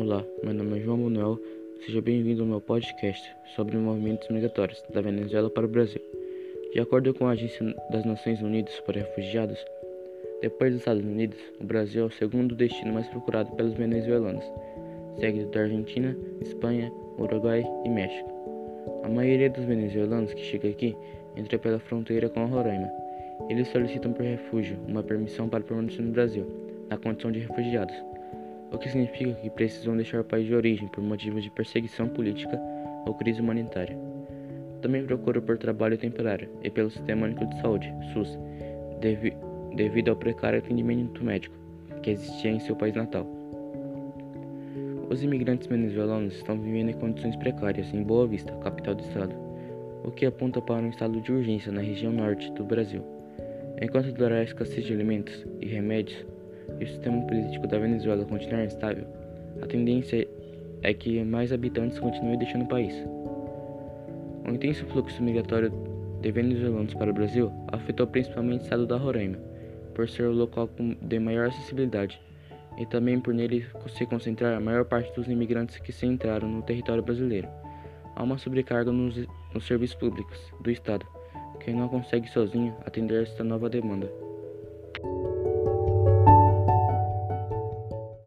Olá, meu nome é João Manuel. Seja bem-vindo ao meu podcast sobre movimentos migratórios da Venezuela para o Brasil. De acordo com a Agência das Nações Unidas para Refugiados, depois dos Estados Unidos, o Brasil é o segundo destino mais procurado pelos venezuelanos, seguido da Argentina, Espanha, Uruguai e México. A maioria dos venezuelanos que chega aqui entra pela fronteira com a Roraima. Eles solicitam por refúgio uma permissão para permanecer no Brasil, na condição de refugiados, o que significa que precisam deixar o país de origem por motivos de perseguição política ou crise humanitária. Também procuram por trabalho temporário e pelo Sistema Único de Saúde, SUS, devido ao precário atendimento médico que existia em seu país natal. Os imigrantes venezuelanos estão vivendo em condições precárias em Boa Vista, capital do estado, o que aponta para um estado de urgência na região norte do Brasil. Enquanto durar a escassez de alimentos e remédios e o sistema político da Venezuela continuar instável, a tendência é que mais habitantes continuem deixando o país. O intenso fluxo migratório de venezuelanos para o Brasil afetou principalmente o estado da Roraima, por ser o local de maior acessibilidade, e também por nele se concentrar a maior parte dos imigrantes que se entraram no território brasileiro. Há uma sobrecarga nos serviços públicos do estado, que não consegue sozinho atender esta nova demanda.